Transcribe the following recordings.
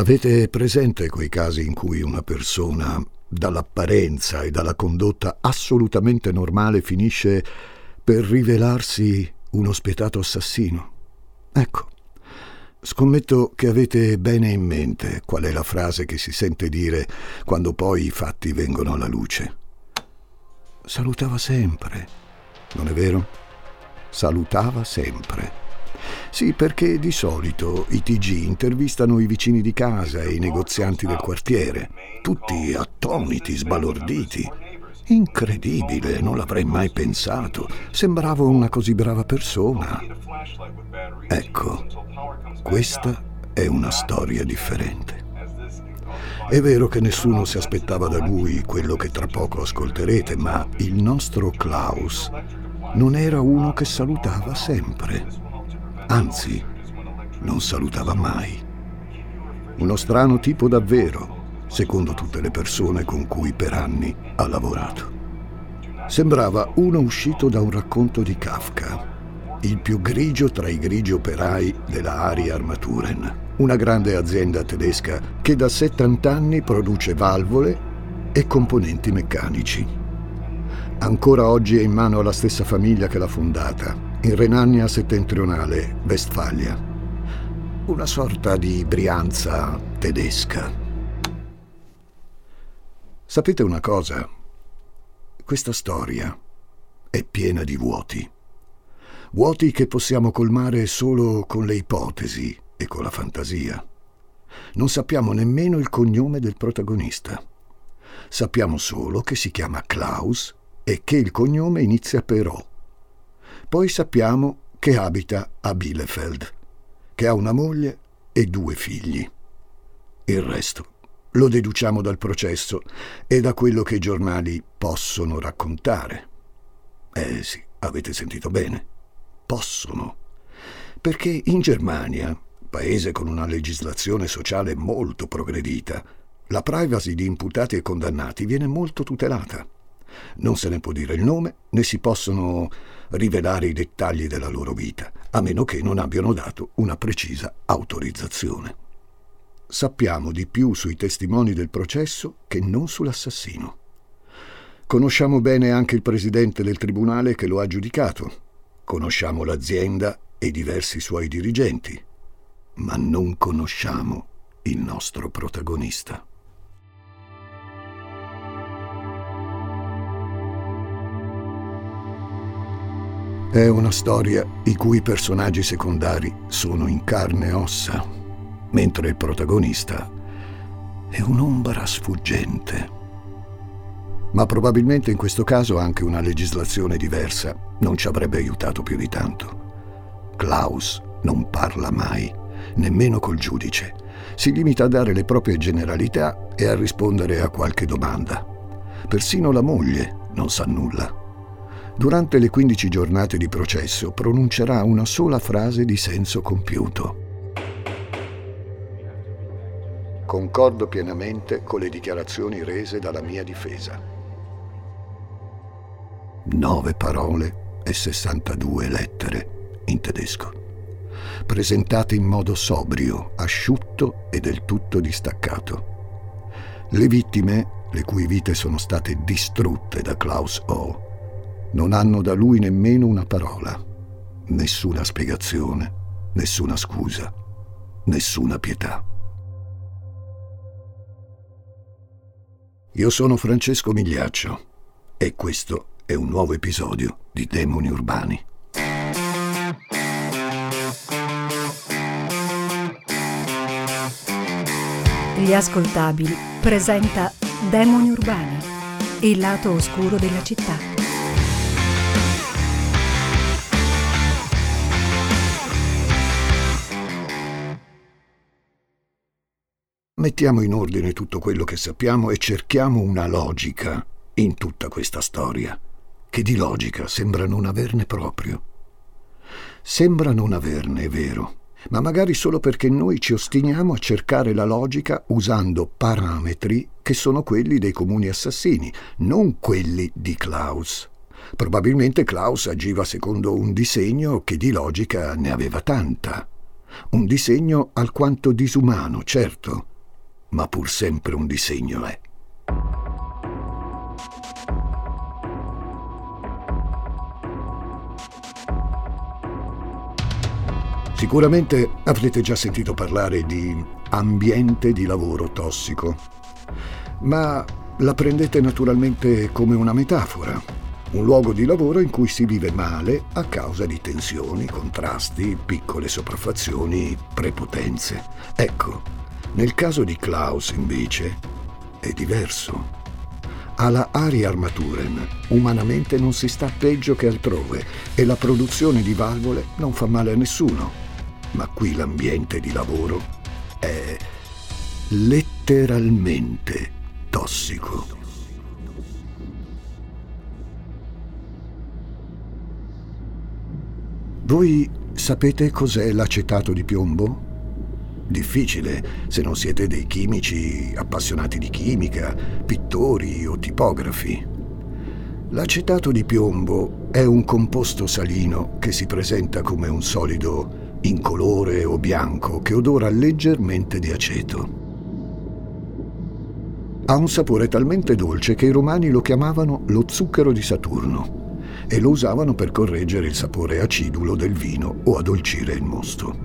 Avete presente quei casi in cui una persona, dall'apparenza e dalla condotta assolutamente normale, finisce per rivelarsi uno spietato assassino? Ecco, scommetto che avete bene in mente qual è la frase che si sente dire quando poi i fatti vengono alla luce. Salutava sempre, non è vero? Salutava sempre. Sì, perché di solito i TG intervistano i vicini di casa e i negozianti del quartiere, tutti attoniti, sbalorditi. Incredibile, non l'avrei mai pensato. Sembrava una così brava persona. Ecco, questa è una storia differente. È vero che nessuno si aspettava da lui quello che tra poco ascolterete, ma il nostro Klaus non era uno che salutava sempre. Anzi, non salutava mai. Uno strano tipo davvero, secondo tutte le persone con cui per anni ha lavorato. Sembrava uno uscito da un racconto di Kafka, il più grigio tra i grigi operai della Ari Armaturen, una grande azienda tedesca che da 70 anni produce valvole e componenti meccanici. Ancora oggi è in mano alla stessa famiglia che l'ha fondata, in Renania Settentrionale, Westfalia. Una sorta di Brianza tedesca. Sapete una cosa? Questa storia è piena di vuoti. Vuoti che possiamo colmare solo con le ipotesi e con la fantasia. Non sappiamo nemmeno il cognome del protagonista. Sappiamo solo che si chiama Klaus e che il cognome inizia per O. Poi sappiamo che abita a Bielefeld, che ha una moglie e 2 figli. Il resto lo deduciamo dal processo e da quello che i giornali possono raccontare. Sì, avete sentito bene. Possono. Perché in Germania, paese con una legislazione sociale molto progredita, la privacy di imputati e condannati viene molto tutelata. Non se ne può dire il nome, né si possono rivelare i dettagli della loro vita, a meno che non abbiano dato una precisa autorizzazione. Sappiamo di più sui testimoni del processo che non sull'assassino. Conosciamo bene anche il presidente del tribunale che lo ha giudicato. Conosciamo l'azienda e diversi suoi dirigenti, ma non conosciamo il nostro protagonista. È una storia i cui personaggi secondari sono in carne e ossa, mentre il protagonista è un'ombra sfuggente. Ma probabilmente in questo caso anche una legislazione diversa non ci avrebbe aiutato più di tanto. Klaus non parla mai, nemmeno col giudice. Si limita a dare le proprie generalità e a rispondere a qualche domanda. Persino la moglie non sa nulla. Durante le 15 giornate di processo pronuncerà una sola frase di senso compiuto. Concordo pienamente con le dichiarazioni rese dalla mia difesa. 9 parole e 62 lettere in tedesco, presentate in modo sobrio, asciutto e del tutto distaccato. Le vittime, le cui vite sono state distrutte da Klaus O., non hanno da lui nemmeno una parola, nessuna spiegazione, nessuna scusa, nessuna pietà. Io sono Francesco Migliaccio e questo è un nuovo episodio di Demoni Urbani. Gli Ascoltabili presenta Demoni Urbani, il lato oscuro della città. Mettiamo in ordine tutto quello che sappiamo e cerchiamo una logica in tutta questa storia, che di logica sembra non averne proprio. Sembra non averne, è vero, ma magari solo perché noi ci ostiniamo a cercare la logica usando parametri che sono quelli dei comuni assassini, non quelli di Klaus. Probabilmente Klaus agiva secondo un disegno che di logica ne aveva tanta. Un disegno alquanto disumano, certo, ma pur sempre un disegno è. Sicuramente avrete già sentito parlare di ambiente di lavoro tossico, ma la prendete naturalmente come una metafora, un luogo di lavoro in cui si vive male a causa di tensioni, contrasti, piccole sopraffazioni, prepotenze. Ecco, nel caso di Klaus invece è diverso. Alla Ari Armaturen umanamente non si sta peggio che altrove e la produzione di valvole non fa male a nessuno. Ma qui l'ambiente di lavoro è letteralmente tossico. Voi sapete cos'è l'acetato di piombo? Difficile se non siete dei chimici appassionati di chimica, pittori o tipografi. L'acetato di piombo è un composto salino che si presenta come un solido incolore o bianco che odora leggermente di aceto. Ha un sapore talmente dolce che i romani lo chiamavano lo zucchero di Saturno e lo usavano per correggere il sapore acidulo del vino o addolcire il mosto.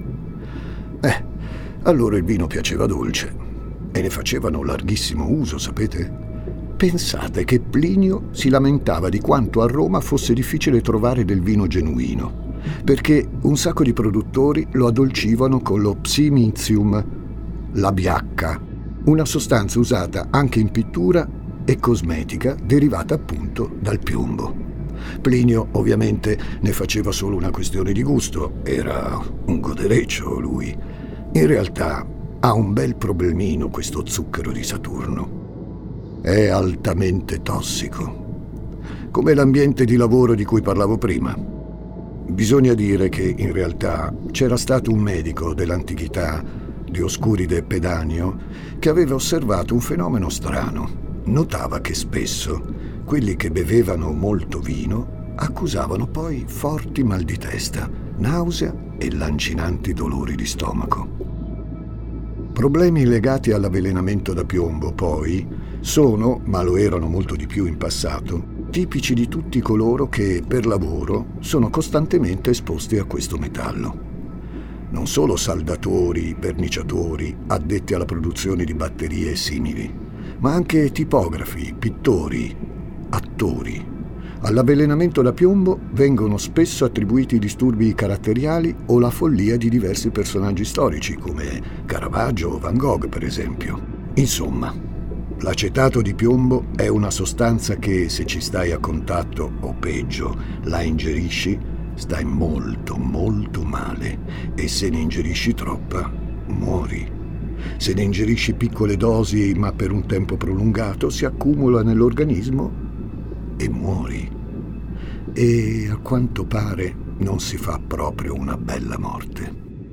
Allora il vino piaceva dolce e ne facevano larghissimo uso, sapete? Pensate che Plinio si lamentava di quanto a Roma fosse difficile trovare del vino genuino, perché un sacco di produttori lo addolcivano con lo psimizium, la biacca, una sostanza usata anche in pittura e cosmetica derivata appunto dal piombo. Plinio ovviamente ne faceva solo una questione di gusto, era un godereccio lui. In realtà ha un bel problemino questo zucchero di Saturno. È altamente tossico, come l'ambiente di lavoro di cui parlavo prima. Bisogna dire che in realtà c'era stato un medico dell'antichità, Dioscuride Pedanio, che aveva osservato un fenomeno strano. Notava che spesso quelli che bevevano molto vino accusavano poi forti mal di testa, nausea e lancinanti dolori di stomaco. Problemi legati all'avvelenamento da piombo, poi, sono, ma lo erano molto di più in passato, tipici di tutti coloro che, per lavoro, sono costantemente esposti a questo metallo. Non solo saldatori, verniciatori, addetti alla produzione di batterie e simili, ma anche tipografi, pittori, attori. All'avvelenamento da piombo vengono spesso attribuiti disturbi caratteriali o la follia di diversi personaggi storici, come Caravaggio o Van Gogh, per esempio. Insomma, l'acetato di piombo è una sostanza che, se ci stai a contatto o peggio, la ingerisci, stai molto, molto male e se ne ingerisci troppa, muori. Se ne ingerisci piccole dosi ma per un tempo prolungato, si accumula nell'organismo e muori. E a quanto pare non si fa proprio una bella morte.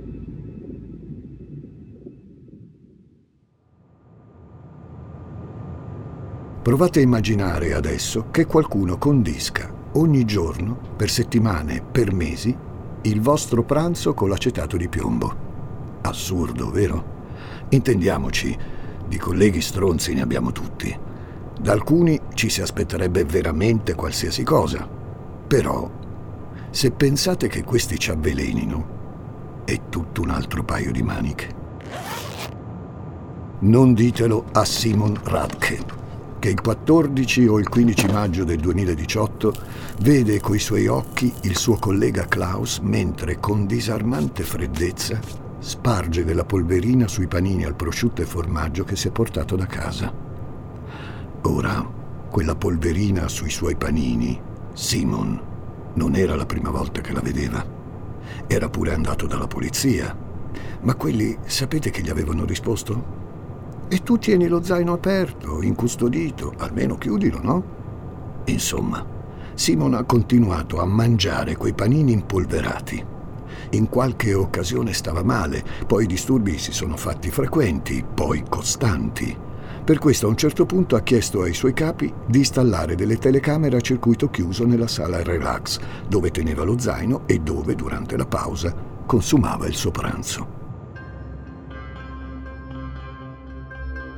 Provate a immaginare adesso che qualcuno condisca ogni giorno, per settimane, per mesi, il vostro pranzo con l'acetato di piombo. Assurdo, vero? Intendiamoci, di colleghi stronzi ne abbiamo tutti. Da alcuni ci si aspetterebbe veramente qualsiasi cosa. Però, se pensate che questi ci avvelenino, è tutto un altro paio di maniche. Non ditelo a Simon Radke, che il 14 o il 15 maggio del 2018 vede coi suoi occhi il suo collega Klaus mentre con disarmante freddezza sparge della polverina sui panini al prosciutto e formaggio che si è portato da casa. Ora, quella polverina sui suoi panini, Simon non era la prima volta che la vedeva. Era pure andato dalla polizia. Ma quelli, sapete che gli avevano risposto? E tu tieni lo zaino aperto, incustodito, almeno chiudilo, no? Insomma, Simon ha continuato a mangiare quei panini impolverati. In qualche occasione stava male, poi i disturbi si sono fatti frequenti, poi costanti. Per questo a un certo punto ha chiesto ai suoi capi di installare delle telecamere a circuito chiuso nella sala relax, dove teneva lo zaino e dove, durante la pausa, consumava il suo pranzo.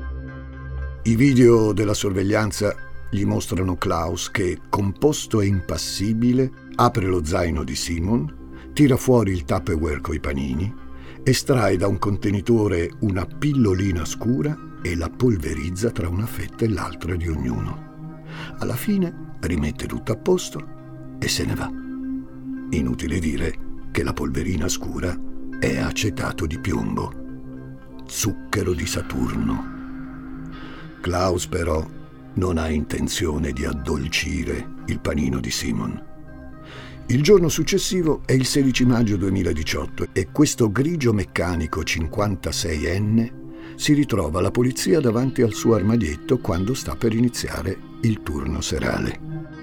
I video della sorveglianza gli mostrano Klaus che, composto e impassibile, apre lo zaino di Simon, tira fuori il Tupperware coi panini, estrae da un contenitore una pillolina scura e la polverizza tra una fetta e l'altra di ognuno. Alla fine rimette tutto a posto e se ne va. Inutile dire che la polverina scura è acetato di piombo, zucchero di Saturno. Klaus però non ha intenzione di addolcire il panino di Simon. Il giorno successivo è il 16 maggio 2018 e questo grigio meccanico 56enne si ritrova alla polizia davanti al suo armadietto quando sta per iniziare il turno serale.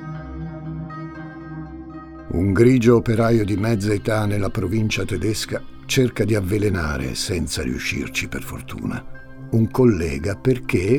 Un grigio operaio di mezza età nella provincia tedesca cerca di avvelenare, senza riuscirci per fortuna, un collega perché...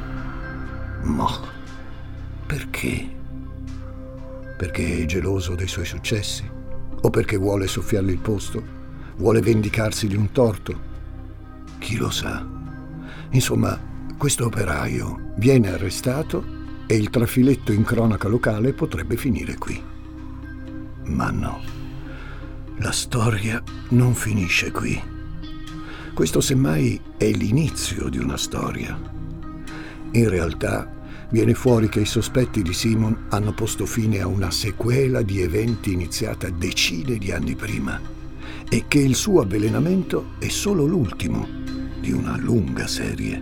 Perché? Perché è geloso dei suoi successi? O perché vuole soffiargli il posto? Vuole vendicarsi di un torto? Chi lo sa? Insomma, questo operaio viene arrestato e il trafiletto in cronaca locale potrebbe finire qui. Ma no, la storia non finisce qui. Questo semmai è l'inizio di una storia. In realtà viene fuori che i sospetti di Simon hanno posto fine a una sequela di eventi iniziata decine di anni prima e che il suo avvelenamento è solo l'ultimo di una lunga serie.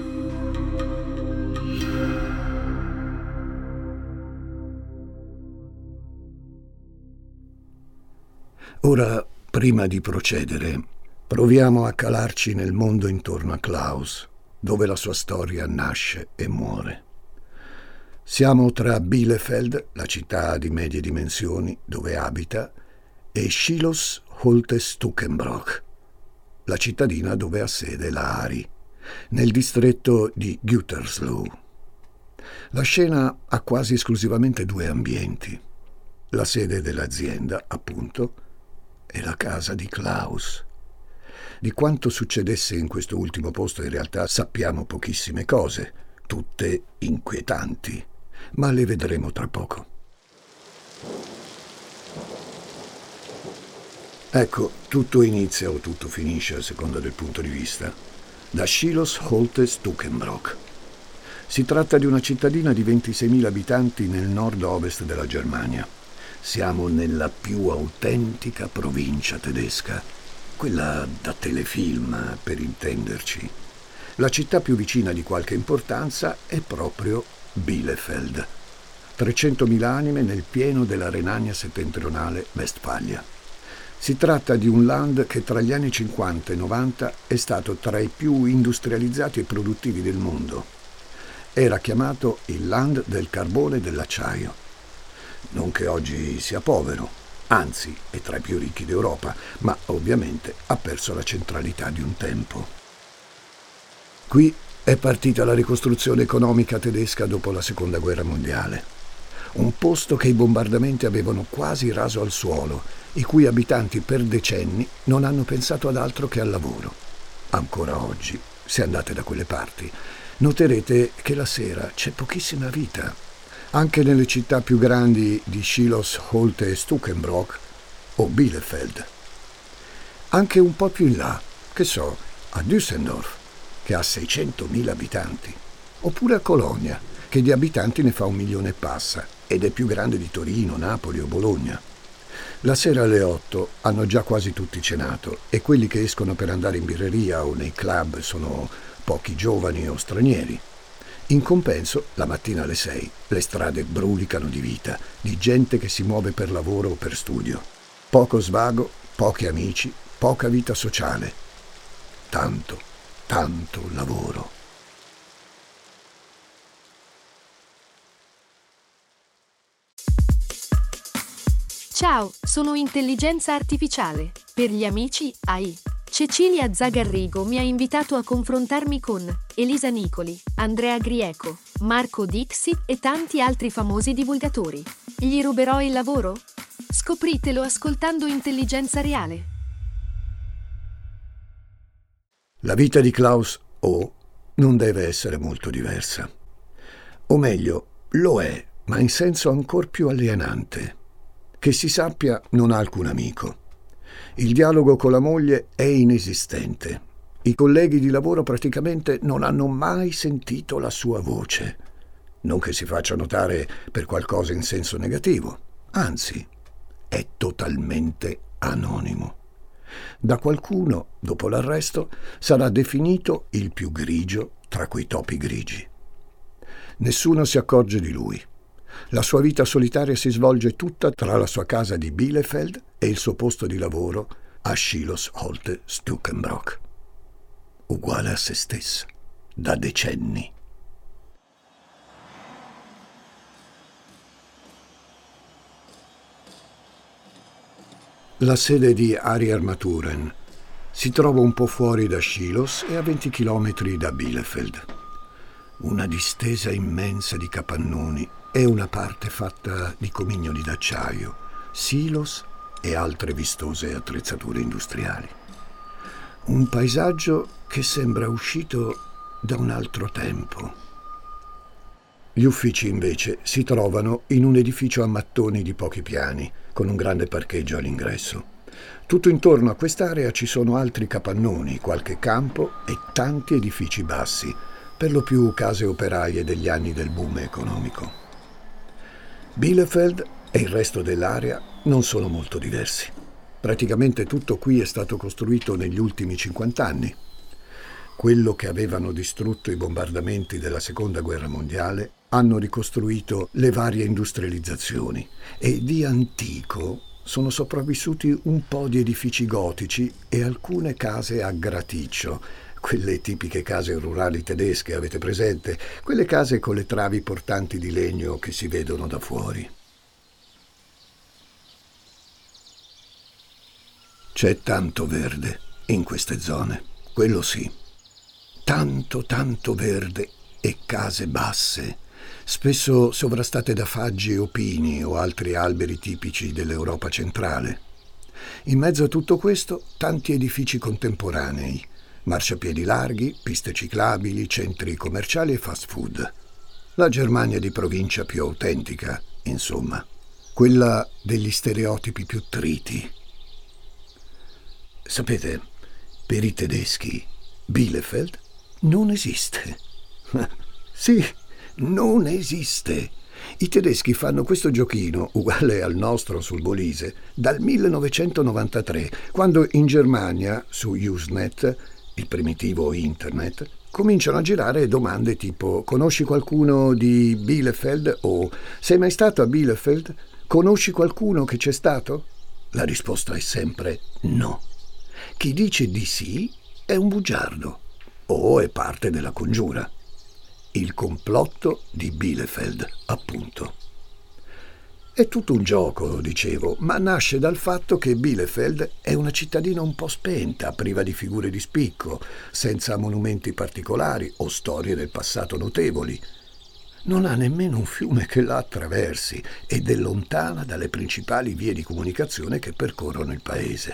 Ora, prima di procedere, proviamo a calarci nel mondo intorno a Klaus, dove la sua storia nasce e muore. Siamo tra Bielefeld, la città di medie dimensioni dove abita, e Schilos Holte-Stukenbrock, la cittadina dove ha sede la ARI, nel distretto di Gütersloh. La scena ha quasi esclusivamente due ambienti. La sede dell'azienda, appunto, e la casa di Klaus. Di quanto succedesse in questo ultimo posto in realtà sappiamo pochissime cose, tutte inquietanti, ma le vedremo tra poco. Ecco, tutto inizia o tutto finisce, a seconda del punto di vista, da Schilos Holte-Stukenbrock. Si tratta di una cittadina di 26.000 abitanti nel nord-ovest della Germania. Siamo nella più autentica provincia tedesca, quella da telefilm, per intenderci. La città più vicina di qualche importanza è proprio Bielefeld. 300.000 anime nel pieno della Renania settentrionale Westfalia. Si tratta di un land che tra gli anni 50 e 90 è stato tra i più industrializzati e produttivi del mondo. Era chiamato il land del carbone e dell'acciaio. Non che oggi sia povero, anzi è tra i più ricchi d'Europa, ma ovviamente ha perso la centralità di un tempo. Qui è partita la ricostruzione economica tedesca dopo la Seconda Guerra Mondiale. Un posto che i bombardamenti avevano quasi raso al suolo, i cui abitanti per decenni non hanno pensato ad altro che al lavoro. Ancora oggi, se andate da quelle parti, noterete che la sera c'è pochissima vita. Anche nelle città più grandi di Schilos Holte-Stukenbrock o Bielefeld. Anche un po' più in là, che so, a Düsseldorf, che ha 600.000 abitanti, oppure a Colonia, che di abitanti ne fa 1 milione e passa, ed è più grande di Torino, Napoli o Bologna. La sera alle 8 hanno già quasi tutti cenato e quelli che escono per andare in birreria o nei club sono pochi giovani o stranieri. In compenso, la mattina alle 6, le strade brulicano di vita, di gente che si muove per lavoro o per studio. Poco svago, pochi amici, poca vita sociale. Tanto lavoro. Ciao, sono intelligenza artificiale. Per gli amici, AI. Cecilia Zagarrigo mi ha invitato a confrontarmi con Elisa Nicoli, Andrea Grieco, Marco Dixi e tanti altri famosi divulgatori. Gli ruberò il lavoro? Scopritelo ascoltando Intelligenza Reale. La vita di Klaus O non deve essere molto diversa. O meglio, lo è, ma in senso ancor più alienante. Che si sappia, non ha alcun amico. Il dialogo con la moglie è inesistente. I colleghi di lavoro praticamente non hanno mai sentito la sua voce. Non che si faccia notare per qualcosa in senso negativo. Anzi, è totalmente anonimo. Da qualcuno, dopo l'arresto, sarà definito il più grigio tra quei topi grigi. Nessuno si accorge di lui. La sua vita solitaria si svolge tutta tra la sua casa di Bielefeld e il suo posto di lavoro a Schilos-Holte Stukenbrock. Uguale a se stessa, da decenni. La sede di Ari Armaturen si trova un po' fuori da Schilos e a 20 chilometri da Bielefeld. Una distesa immensa di capannoni e una parte fatta di comignoli d'acciaio, silos e altre vistose attrezzature industriali. Un paesaggio che sembra uscito da un altro tempo. Gli uffici invece si trovano in un edificio a mattoni di pochi piani, con un grande parcheggio all'ingresso. Tutto intorno a quest'area ci sono altri capannoni, qualche campo e tanti edifici bassi, per lo più case operaie degli anni del boom economico. Bielefeld e il resto dell'area non sono molto diversi. Praticamente tutto qui è stato costruito negli ultimi 50 anni. Quello che avevano distrutto i bombardamenti della Seconda Guerra Mondiale hanno ricostruito le varie industrializzazioni e di antico sono sopravvissuti un po' di edifici gotici e alcune case a graticcio, quelle tipiche case rurali tedesche, avete presente? Quelle case con le travi portanti di legno che si vedono da fuori. C'è tanto verde in queste zone, quello sì. Tanto verde e case basse, spesso sovrastate da faggi o pini o altri alberi tipici dell'Europa centrale. In mezzo a tutto questo, tanti edifici contemporanei, marciapiedi larghi, piste ciclabili, centri commerciali e fast food. La Germania di provincia più autentica, insomma, quella degli stereotipi più triti. Sapete, per i tedeschi Bielefeld non esiste. Sì, non esiste. I tedeschi fanno questo giochino, uguale al nostro sul Molise, dal 1993, quando in Germania, su Usenet, il primitivo internet, cominciano a girare domande tipo «Conosci qualcuno di Bielefeld?» o «Sei mai stato a Bielefeld? Conosci qualcuno che c'è stato?» La risposta è sempre no. Chi dice di sì è un bugiardo o è parte della congiura. Il complotto di Bielefeld, appunto. È tutto un gioco, dicevo, ma nasce dal fatto che Bielefeld è una cittadina un po' spenta, priva di figure di spicco, senza monumenti particolari o storie del passato notevoli. Non ha nemmeno un fiume che la attraversi ed è lontana dalle principali vie di comunicazione che percorrono il paese.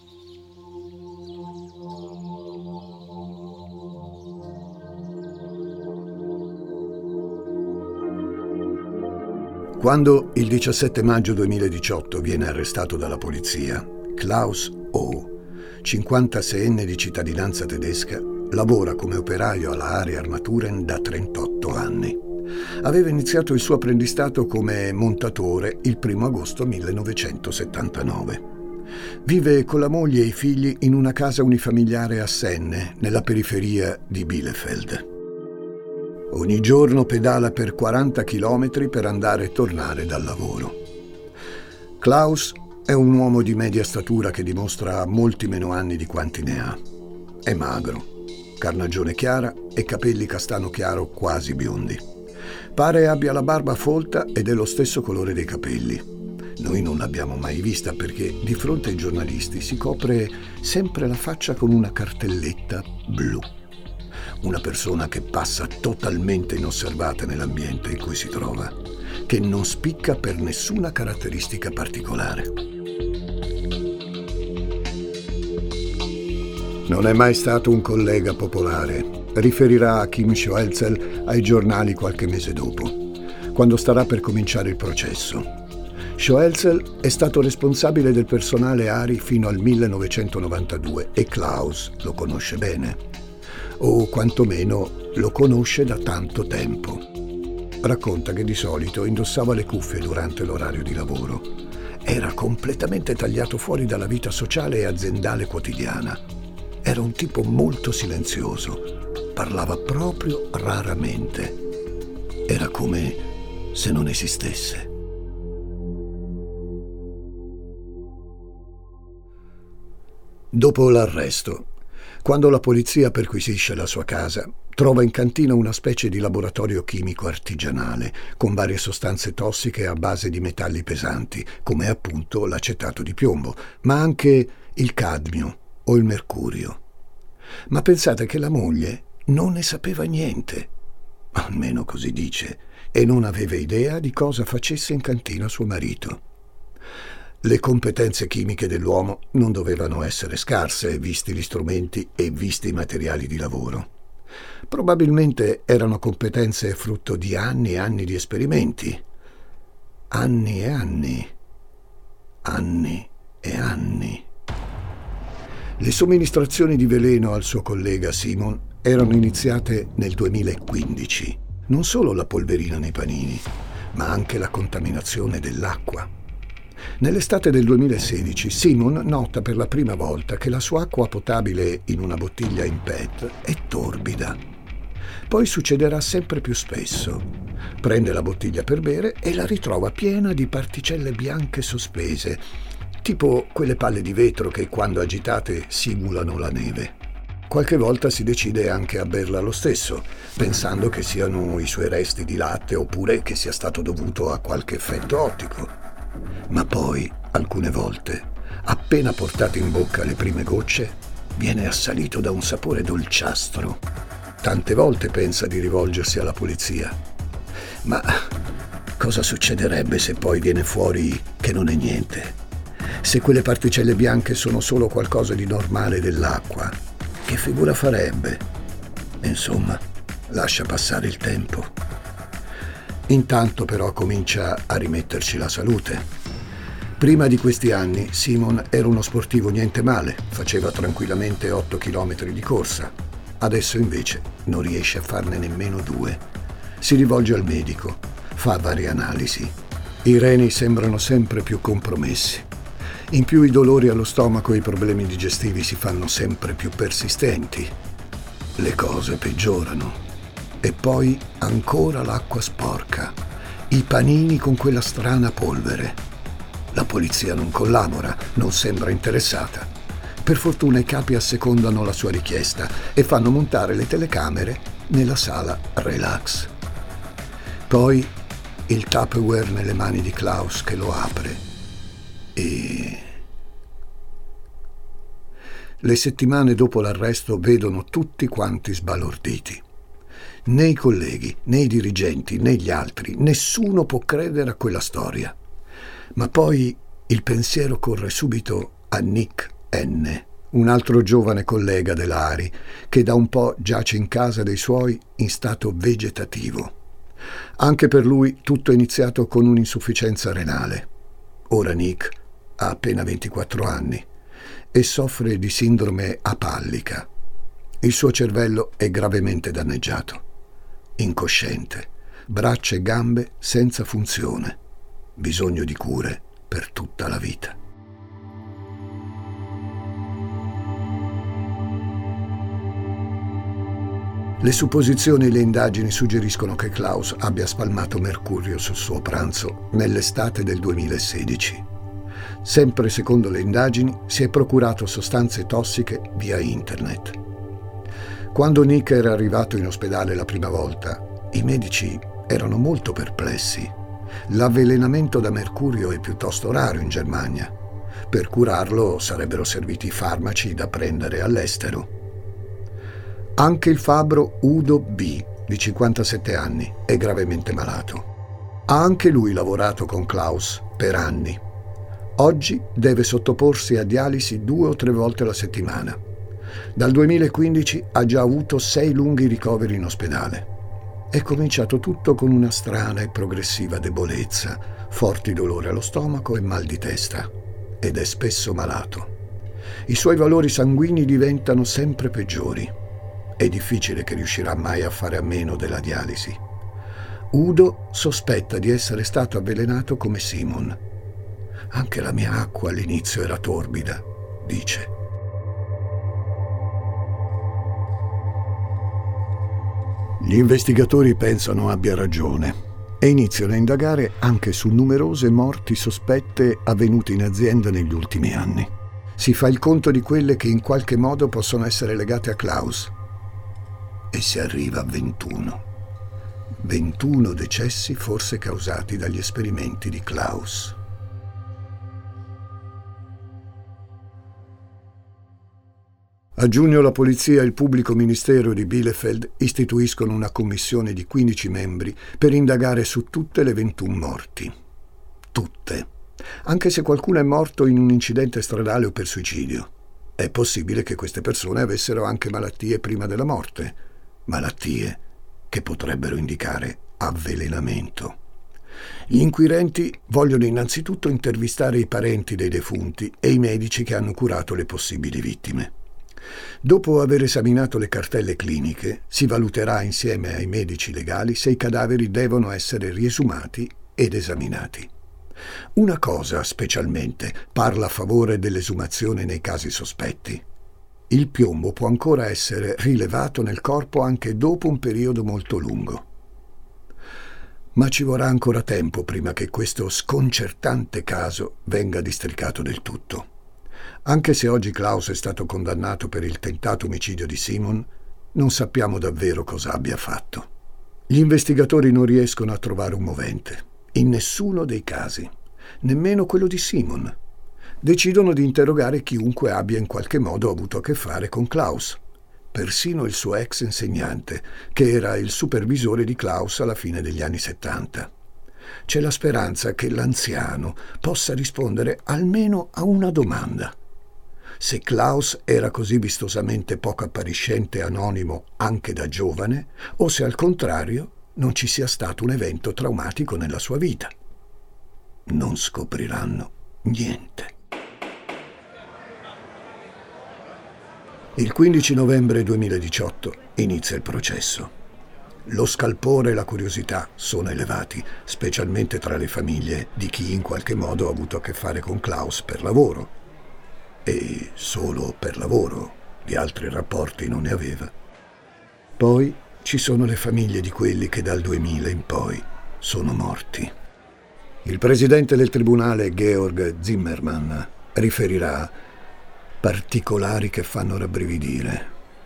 Quando il 17 maggio 2018 viene arrestato dalla polizia, Klaus O., 56enne di cittadinanza tedesca, lavora come operaio alla Ari Armaturen da 38 anni. Aveva iniziato il suo apprendistato come montatore il 1 agosto 1979. Vive con la moglie e i figli in una casa unifamiliare a Senne, nella periferia di Bielefeld. Ogni giorno pedala per 40 chilometri per andare e tornare dal lavoro. Klaus è un uomo di media statura che dimostra molti meno anni di quanti ne ha. È magro, carnagione chiara e capelli castano chiaro quasi biondi. Pare abbia la barba folta ed è lo stesso colore dei capelli. Noi non l'abbiamo mai vista perché di fronte ai giornalisti si copre sempre la faccia con una cartelletta blu. Una persona che passa totalmente inosservata nell'ambiente in cui si trova, che non spicca per nessuna caratteristica particolare. Non è mai stato un collega popolare, riferirà Kim Schoelzel ai giornali qualche mese dopo, quando starà per cominciare il processo. Schoelzel è stato responsabile del personale ARI fino al 1992 e Klaus lo conosce bene, o quantomeno lo conosce da tanto tempo. Racconta che di solito indossava le cuffie durante l'orario di lavoro. Era completamente tagliato fuori dalla vita sociale e aziendale quotidiana. Era un tipo molto silenzioso, parlava proprio raramente. Era come se non esistesse. Dopo l'arresto, quando la polizia perquisisce la sua casa, trova in cantina una specie di laboratorio chimico artigianale con varie sostanze tossiche a base di metalli pesanti, come appunto l'acetato di piombo, ma anche il cadmio o il mercurio. Ma pensate che la moglie non ne sapeva niente, almeno così dice, e non aveva idea di cosa facesse in cantina suo marito. Le competenze chimiche dell'uomo non dovevano essere scarse, visti gli strumenti e visti i materiali di lavoro. Probabilmente erano competenze frutto di anni e anni di esperimenti. Anni e anni. Anni e anni. Le somministrazioni di veleno al suo collega Simon erano iniziate nel 2015. Non solo la polverina nei panini, ma anche la contaminazione dell'acqua. Nell'estate del 2016 Simon nota per la prima volta che la sua acqua potabile in una bottiglia in PET è torbida. Poi succederà sempre più spesso. Prende la bottiglia per bere e la ritrova piena di particelle bianche sospese, tipo quelle palle di vetro che quando agitate simulano la neve. Qualche volta si decide anche a berla lo stesso, pensando che siano i suoi resti di latte oppure che sia stato dovuto a qualche effetto ottico. Ma poi, alcune volte, appena portato in bocca le prime gocce, viene assalito da un sapore dolciastro. Tante volte pensa di rivolgersi alla polizia. Ma cosa succederebbe se poi viene fuori che non è niente? Se quelle particelle bianche sono solo qualcosa di normale dell'acqua, che figura farebbe? Insomma, lascia passare il tempo. Intanto però comincia a rimetterci la salute. Prima di questi anni Simon era uno sportivo niente male, faceva tranquillamente 8 chilometri di corsa. Adesso invece non riesce a farne nemmeno 2. Si rivolge al medico, fa varie analisi. I reni sembrano sempre più compromessi. In più i dolori allo stomaco e i problemi digestivi si fanno sempre più persistenti. Le cose peggiorano. E poi ancora l'acqua sporca, i panini con quella strana polvere. La polizia non collabora, non sembra interessata. Per fortuna i capi assecondano la sua richiesta e fanno montare le telecamere nella sala relax. Poi il Tupperware nelle mani di Klaus che lo apre e... Le settimane dopo l'arresto vedono tutti quanti sbalorditi. Né i colleghi, né i dirigenti, né gli altri, nessuno può credere a quella storia. Ma poi il pensiero corre subito a Nick N., un altro giovane collega dell'ARI, che da un po' giace in casa dei suoi in stato vegetativo. Anche per lui tutto è iniziato con un'insufficienza renale. Ora Nick ha appena 24 anni e soffre di sindrome apallica. Il suo cervello è gravemente danneggiato. Incosciente, braccia e gambe senza funzione, bisogno di cure per tutta la vita. Le supposizioni e le indagini suggeriscono che Klaus abbia spalmato mercurio sul suo pranzo nell'estate del 2016. Sempre secondo le indagini, si è procurato sostanze tossiche via internet. Quando Nick era arrivato in ospedale la prima volta, i medici erano molto perplessi. L'avvelenamento da mercurio è piuttosto raro in Germania. Per curarlo sarebbero serviti farmaci da prendere all'estero. Anche il fabbro Udo B., di 57 anni, è gravemente malato. Ha anche lui lavorato con Klaus per anni. Oggi deve sottoporsi a dialisi 2 o 3 volte alla settimana. Dal 2015 ha già avuto 6 lunghi ricoveri in ospedale. È cominciato tutto con una strana e progressiva debolezza, forti dolori allo stomaco e mal di testa, ed è spesso malato. I suoi valori sanguigni diventano sempre peggiori. È difficile che riuscirà mai a fare a meno della dialisi. Udo sospetta di essere stato avvelenato come Simon. Anche la mia acqua all'inizio era torbida, dice. Gli investigatori pensano abbia ragione e iniziano a indagare anche su numerose morti sospette avvenute in azienda negli ultimi anni. Si fa il conto di quelle che in qualche modo possono essere legate a Klaus e si arriva a 21. 21 decessi forse causati dagli esperimenti di Klaus. A giugno la polizia e il pubblico ministero di Bielefeld istituiscono una commissione di 15 membri per indagare su tutte le 21 morti. Tutte. Anche se qualcuno è morto in un incidente stradale o per suicidio. È possibile che queste persone avessero anche malattie prima della morte. Malattie che potrebbero indicare avvelenamento. Gli inquirenti vogliono innanzitutto intervistare i parenti dei defunti e i medici che hanno curato le possibili vittime. Dopo aver esaminato le cartelle cliniche, si valuterà insieme ai medici legali se i cadaveri devono essere riesumati ed esaminati. Una cosa, specialmente, parla a favore dell'esumazione nei casi sospetti. Il piombo può ancora essere rilevato nel corpo anche dopo un periodo molto lungo. Ma ci vorrà ancora tempo prima che questo sconcertante caso venga districato del tutto. Anche se oggi Klaus è stato condannato per il tentato omicidio di Simon, non sappiamo davvero cosa abbia fatto. Gli investigatori non riescono a trovare un movente, in nessuno dei casi, nemmeno quello di Simon. Decidono di interrogare chiunque abbia in qualche modo avuto a che fare con Klaus, persino il suo ex insegnante, che era il supervisore di Klaus alla fine degli anni 70. C'è la speranza che l'anziano possa rispondere almeno a una domanda. Se Klaus era così vistosamente poco appariscente e anonimo anche da giovane, o se al contrario non ci sia stato un evento traumatico nella sua vita. Non scopriranno niente. Il 15 novembre 2018 inizia il processo. Lo scalpore e la curiosità sono elevati, specialmente tra le famiglie di chi in qualche modo ha avuto a che fare con Klaus per lavoro. E solo per lavoro, di altri rapporti non ne aveva. Poi ci sono le famiglie di quelli che dal 2000 in poi sono morti. Il presidente del tribunale, Georg Zimmermann, riferirà particolari che fanno rabbrividire.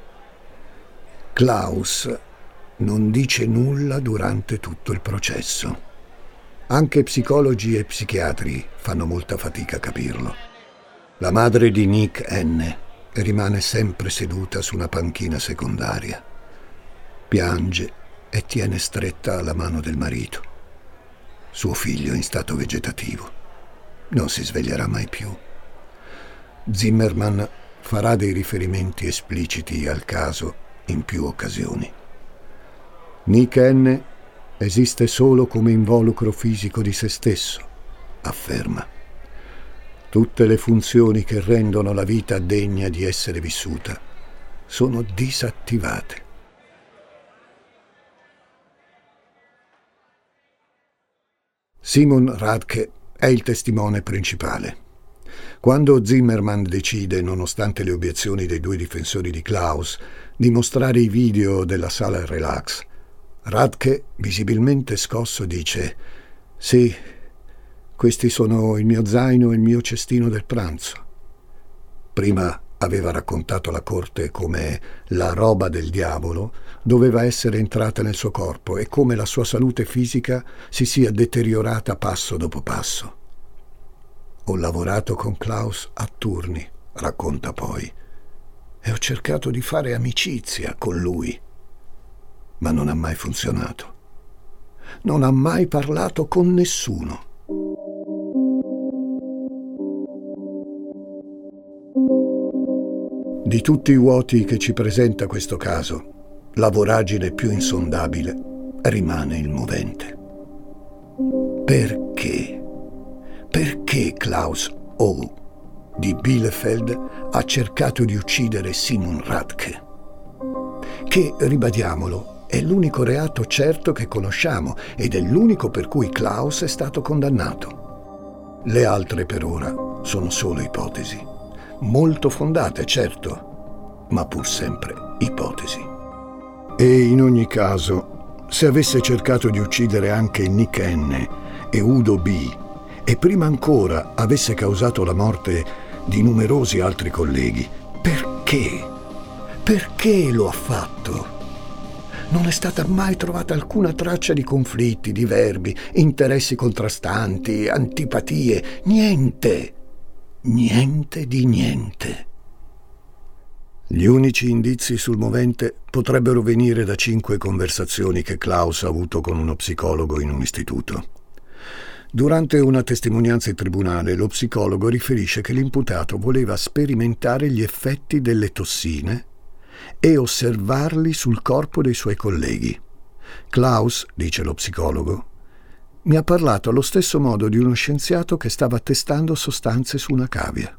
Klaus non dice nulla durante tutto il processo. Anche psicologi e psichiatri fanno molta fatica a capirlo. La madre di Nick N. rimane sempre seduta su una panchina secondaria. Piange e tiene stretta la mano del marito. Suo figlio è in stato vegetativo. Non si sveglierà mai più. Zimmermann farà dei riferimenti espliciti al caso in più occasioni. Nick N. esiste solo come involucro fisico di se stesso, afferma. Tutte le funzioni che rendono la vita degna di essere vissuta sono disattivate. Simon Radke è il testimone principale. Quando Zimmermann decide, nonostante le obiezioni dei 2 difensori di Klaus, di mostrare i video della sala relax, Radke, visibilmente scosso, dice: «Sì, questi sono il mio zaino e il mio cestino del pranzo». Prima aveva raccontato alla corte come la roba del diavolo doveva essere entrata nel suo corpo e come la sua salute fisica si sia deteriorata passo dopo passo. «Ho lavorato con Klaus a turni», racconta poi, «e ho cercato di fare amicizia con lui, ma non ha mai funzionato. Non ha mai parlato con nessuno». Di tutti i vuoti che ci presenta questo caso, la voragine più insondabile rimane il movente. Perché? Perché Klaus O. di Bielefeld ha cercato di uccidere Simon Radke? Che, ribadiamolo, è l'unico reato certo che conosciamo ed è l'unico per cui Klaus è stato condannato. Le altre per ora sono solo ipotesi. Molto fondate, certo, ma pur sempre ipotesi. E in ogni caso, se avesse cercato di uccidere anche Nick N. e Udo B. e prima ancora avesse causato la morte di numerosi altri colleghi, perché? Perché lo ha fatto? Non è stata mai trovata alcuna traccia di conflitti, diverbi, interessi contrastanti, antipatie, niente. Niente di niente. Gli unici indizi sul movente potrebbero venire da 5 conversazioni che Klaus ha avuto con uno psicologo in un istituto. Durante una testimonianza in tribunale, lo psicologo riferisce che l'imputato voleva sperimentare gli effetti delle tossine e osservarli sul corpo dei suoi colleghi. Klaus, dice lo psicologo, mi ha parlato allo stesso modo di uno scienziato che stava testando sostanze su una cavia.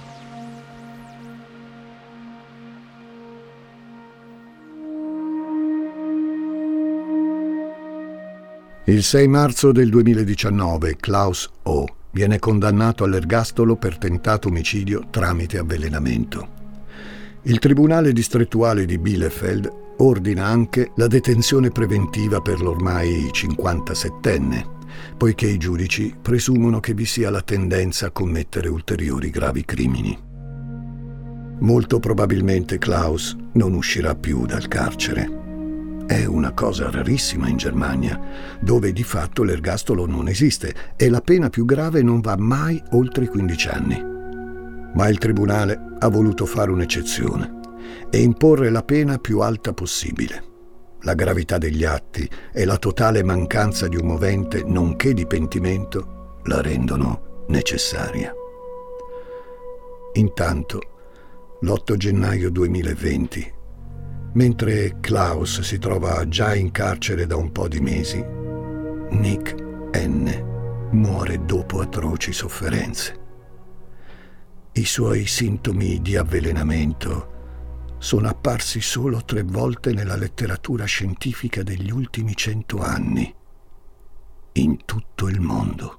Il 6 marzo del 2019 Klaus O. viene condannato all'ergastolo per tentato omicidio tramite avvelenamento. Il Tribunale distrettuale di Bielefeld ordina anche la detenzione preventiva per l'ormai 57enne, poiché i giudici presumono che vi sia la tendenza a commettere ulteriori gravi crimini. Molto probabilmente Klaus non uscirà più dal carcere. È una cosa rarissima in Germania, dove di fatto l'ergastolo non esiste e la pena più grave non va mai oltre i 15 anni. Ma il tribunale ha voluto fare un'eccezione e imporre la pena più alta possibile. La gravità degli atti e la totale mancanza di un movente, nonché di pentimento, la rendono necessaria. Intanto, l'8 gennaio 2020, mentre Klaus si trova già in carcere da un po' di mesi, Nick N. muore dopo atroci sofferenze. I suoi sintomi di avvelenamento sono apparsi solo 3 volte nella letteratura scientifica degli ultimi 100 anni, in tutto il mondo.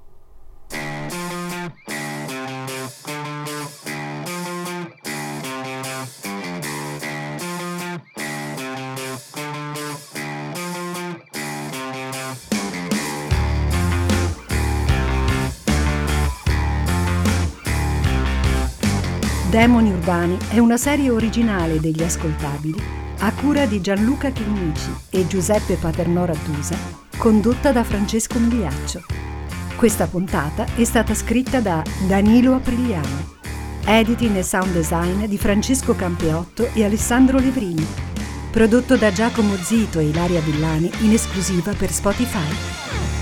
Demoni Urbani è una serie originale degli Ascoltabili a cura di Gianluca Chinnici e Giuseppe Paternò Rattusa, condotta da Francesco Migliaccio. Questa puntata è stata scritta da Danilo Aprigliano, editing e sound design di Francesco Campeotto e Alessandro Levrini, prodotto da Giacomo Zito e Ilaria Villani in esclusiva per Spotify.